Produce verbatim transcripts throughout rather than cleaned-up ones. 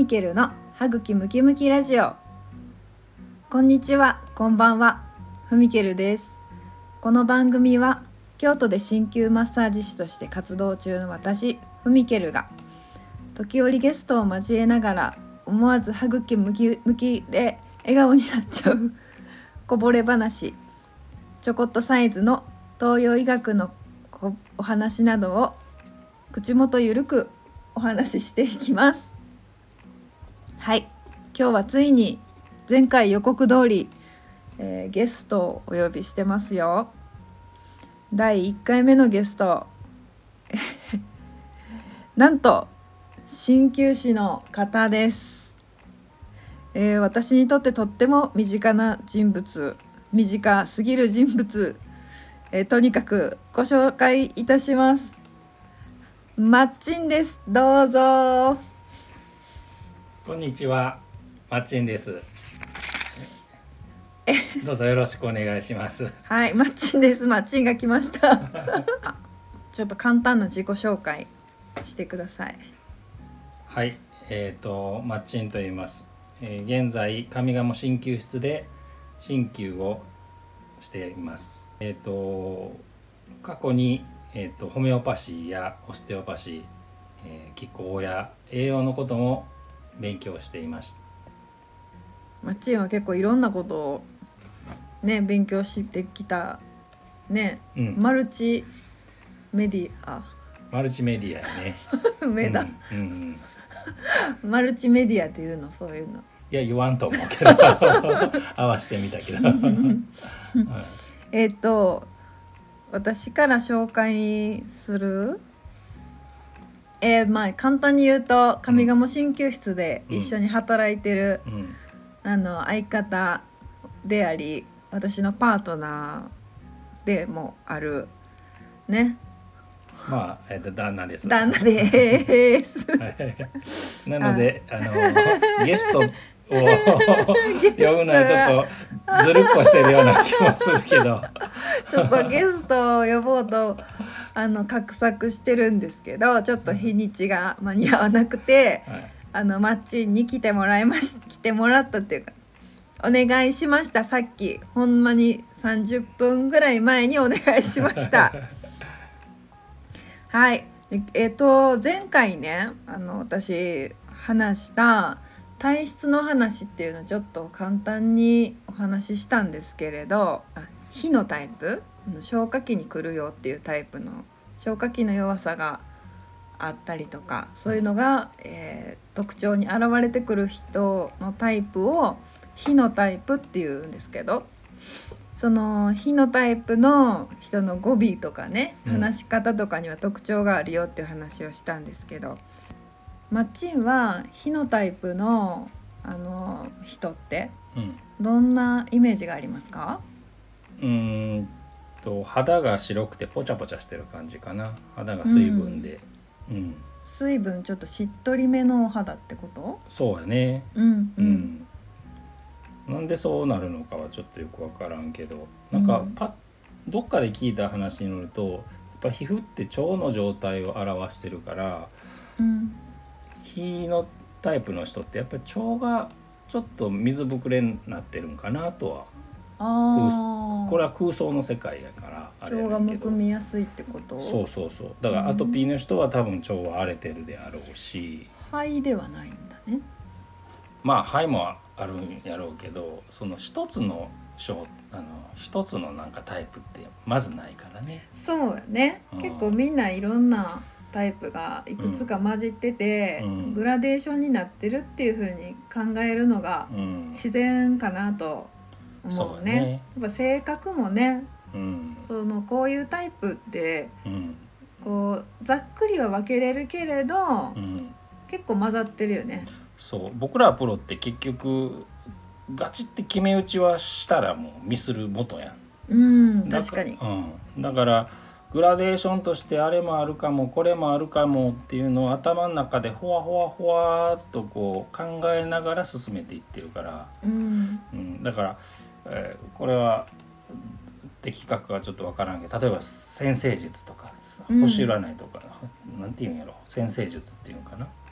みけるの歯茎ムキムキラジオ。こんにちは、こんばんは、ふみけるです。この番組は京都で鍼灸マッサージ師として活動中の私ふみけるが時折ゲストを交えながら思わず歯茎ムキムキで笑顔になっちゃうこぼれ話、ちょこっとサイズの東洋医学のお話などを口元ゆるくお話ししていきます。はい、今日はついに前回予告通り、えー、ゲストをお呼びしてますよ。だいいっかいめのゲストなんと鍼灸師の方です。えー、私にとってとっても身近な人物、短すぎる人物、えー、とにかくご紹介いたします。マッチンです。どうぞ。 こんにちは、マッチンです。どうぞよろしくお願いします。 はい、マッチンです。マッチンが来ましたちょっと簡単な自己紹介してください。 はい、えーとマッチンと言います。えー、現在上賀茂鍼灸室で鍼灸をしています。えーと過去に、えーとホメオパシーやオステオパシー、えー、気候や栄養のことも勉強していました。 マッチンは結構いろんなことをね勉強してきたね、うん、マルチメディアマルチメディアやねメダ、うんうんうん、マルチメディアっていうの、そういうのいや言わんと思うけど合わせてみたけどえっと私から紹介するえー、まあ簡単に言うと上賀茂鍼灸室で一緒に働いてる、うんうん、あの相方であり私のパートナーでもあるね、 まあ、えー、と旦那です。 旦那ですなのであのゲストを呼ぶのはちょっとずるっこしてるような気もするけどちょっとゲストを呼ぼうとあの画策してるんですけど、ちょっと日にちが間に合わなくて、はい、あのマッチに来てもらいまし来てもらったっていうかお願いしました。さっきほんまにさんじゅっぷんぐらい前にお願いしましたはい、えっと前回ねあの私話した体質の話っていうのをちょっと簡単にお話ししたんですけれど、火のタイプ、消化器に来るよっていうタイプの消化器の弱さがあったりとか、そういうのが、えー、特徴に現れてくる人のタイプを火のタイプっていうんですけど、その火のタイプの人の語尾とかね、話し方とかには特徴があるよっていう話をしたんですけど、マッチンは火のタイプの、あの人ってどんなイメージがありますか？ うーんと肌が白くてポチャポチャしてる感じかな。肌が水分で、うんうん、 水分ちょっとしっとりめのお肌ってこと？ そうやね、 うんうん、 うん、なんでそうなるのかはちょっとよく分からんけど、なんかパッどっかで聞いた話によると、やっぱ皮膚って腸の状態を表してるから、うん、火のタイプの人ってやっぱり腸がちょっと水ぶくれになってるんかなとは。あ、これは空想の世界やからあれやけど、腸がむくみやすいってこと？ そうそうそう。だからアトピーの人は多分腸は荒れてるであろうし、 肺ではないんだね。 まあ肺もあるんやろうけど、その一つの症あの一つのなんかタイプってまずないからね。 そうやね、うん、結構みんないろんなタイプがいくつか混じってて、うん、グラデーションになってるっていう風に考えるのが自然かなと思うね。うん、そうね。やっぱ性格もね、うん、そのこういうタイプって、うん、こうざっくりは分けれるけれど、うん、結構混ざってるよね。 そう、僕らプロって結局ガチって決め打ちはしたらもうミスる元やん。 うん、確かに。 うん、だからグラデーションとしてあれもあるかもこれもあるかもっていうのを頭の中でほわほわほわっとこう考えながら進めていってるから、うんうん、だから、えー、これは的確はちょっと分からんけど、例えば占星術とか星占いとか、うん、なんていうんやろ、占星術っていうのかな、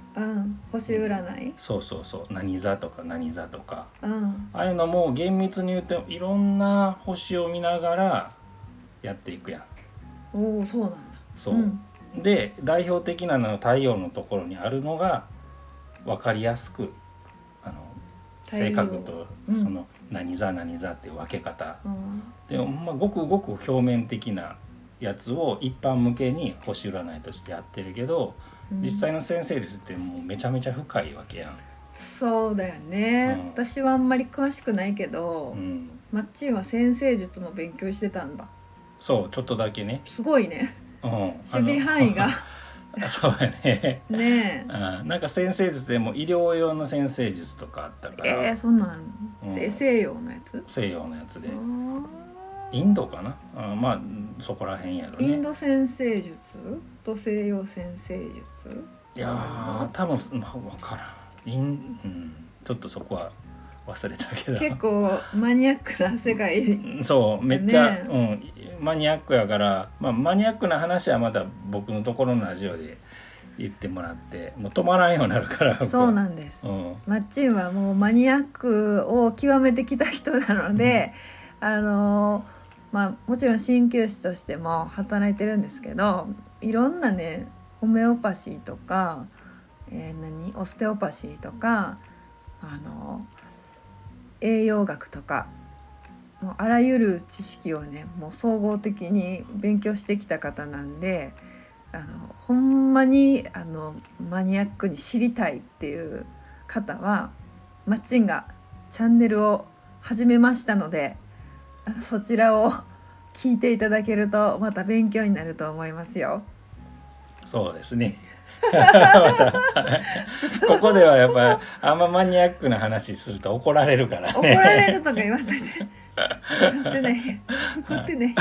うん、星占い、 そうそうそう、何座とか何座とか、 うん、 ああいうのも厳密に言うといろんな星を見ながらやっていくやん。 おお、そうなんだ。 そう、うん、で代表的なのは太陽のところにあるのが分かりやすく、あの性格とその何座何座っていう分け方、うん、でも、まあ、ごくごく表面的なやつを一般向けに星占いとしてやってるけど、うん、実際の先生術ってもうめちゃめちゃ深いわけやん。 そうだよね、うん、私はあんまり詳しくないけど、うん、マッチンは先生術も勉強してたんだ。 そう、ちょっとだけね。 すごいね、うん、守備範囲がそうやね。 ねえ、 うん、なんか先生術でも医療用の先生術とかあったから。 えー、そんなん、うん、西洋のやつ？ 西洋のやつで。インドかな、あ、まあそこら辺やろね。 インド先生術と西洋先生術？ いや多分分からん、イン、うん、ちょっとそこは忘れたけど、 結構マニアックな世界、 ね、そうめっちゃ、うん、マニアックやから、まあ、マニアックな話はまた僕のところのラジオで言ってもらって、もう止まらんようになるから。 そうなんです、うん、マッチンはもうマニアックを極めてきた人なので、うん、あのまあもちろん鍼灸師としても働いてるんですけど、いろんなねホメオパシーとか、えー、何オステオパシーとか、あの栄養学とか、もうあらゆる知識をねもう総合的に勉強してきた方なんで、あのほんまにあのマニアックに知りたいっていう方はマッチンがチャンネルを始めましたので、あのそちらを聞いていただけるとまた勉強になると思いますよ。 そうですねまたここではやっぱあんまマニアックな話すると怒られるからね。 怒られるとか言わんといて怒ってね怒ってね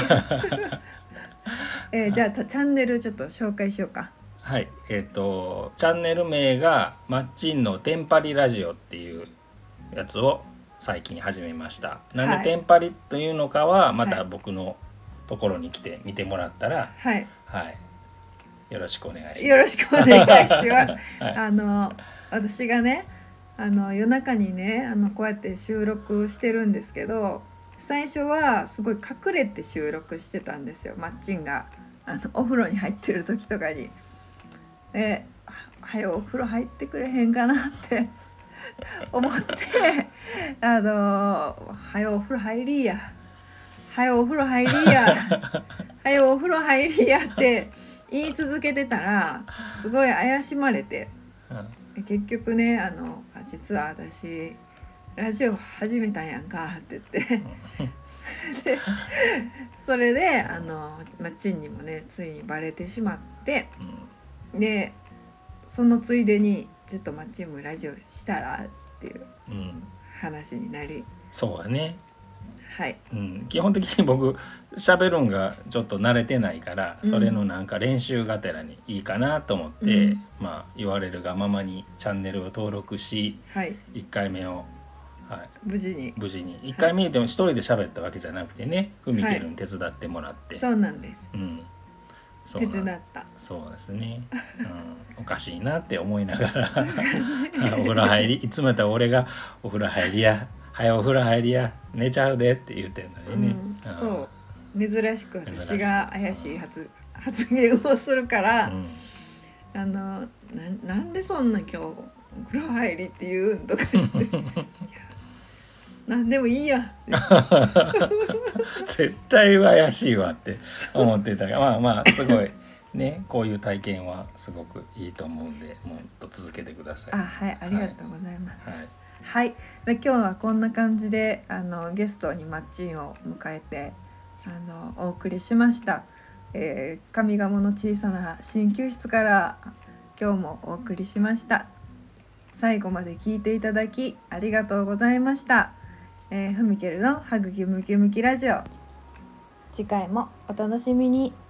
えー、じゃあチャンネルちょっと紹介しようか。 はい、えっ、ー、とチャンネル名がマッチンのテンパリラジオっていうやつを最近始めました。なんでテンパリというのかはまた僕のところに来て見てもらったら、 はい、 はい、よろしくお願いします。 よろしくお願いします、はい、あの私がねあの夜中にねあのこうやって収録してるんですけど、最初はすごい隠れて収録してたんですよ。マッチンがあのお風呂に入ってる時とかに「えはよお風呂入ってくれへんかな」って思って「あのはよお風呂入りやはよお風呂入りやはよお風呂入りや」って言い続けてたらすごい怪しまれて、うん、結局ねあの実は私ラジオ始めたんやんかって言ってそれでそれであのマッチンにもねついにバレてしまって、うん、でそのついでにちょっとマッチンもラジオしたらっていう話になり、うん、 そうだね、 はい、 うん、基本的に僕喋るんがちょっと慣れてないから、それのなんか練習がてらにいいかなと思って、うん、まあ言われるがままにチャンネルを登録し、はい、いっかいめをはい、 無事に無事にいっかいめでも一人で喋ったわけじゃなくてね、ふみけるに手伝ってもらって、 はい、そうなんです、 うん、 手伝った。 そうですね、うん、おかしいなって思いながらお風呂入りいつもやったら俺がお風呂入りや早お風呂入りや寝ちゃうでって言ってんのにね、 うん、そう珍しく私が怪しい 発,、うん、発言をするから、うん、あの な, なんでそんな今日お風呂入りって言うんとか言ってなんでもいいや絶対は怪しいわって思ってたがまあまあすごいねこういう体験はすごくいいと思うんでもっと続けてください。 あ、はい、ありがとうございます。はい、はい、で今日はこんな感じであのゲストにマッチンを迎えてあのお送りしました、えー、上賀茂の小さな鍼灸室から今日もお送りしました。最後まで聞いていただきありがとうございました。えー、ふみけるのハグキムキムキラジオ、次回もお楽しみに。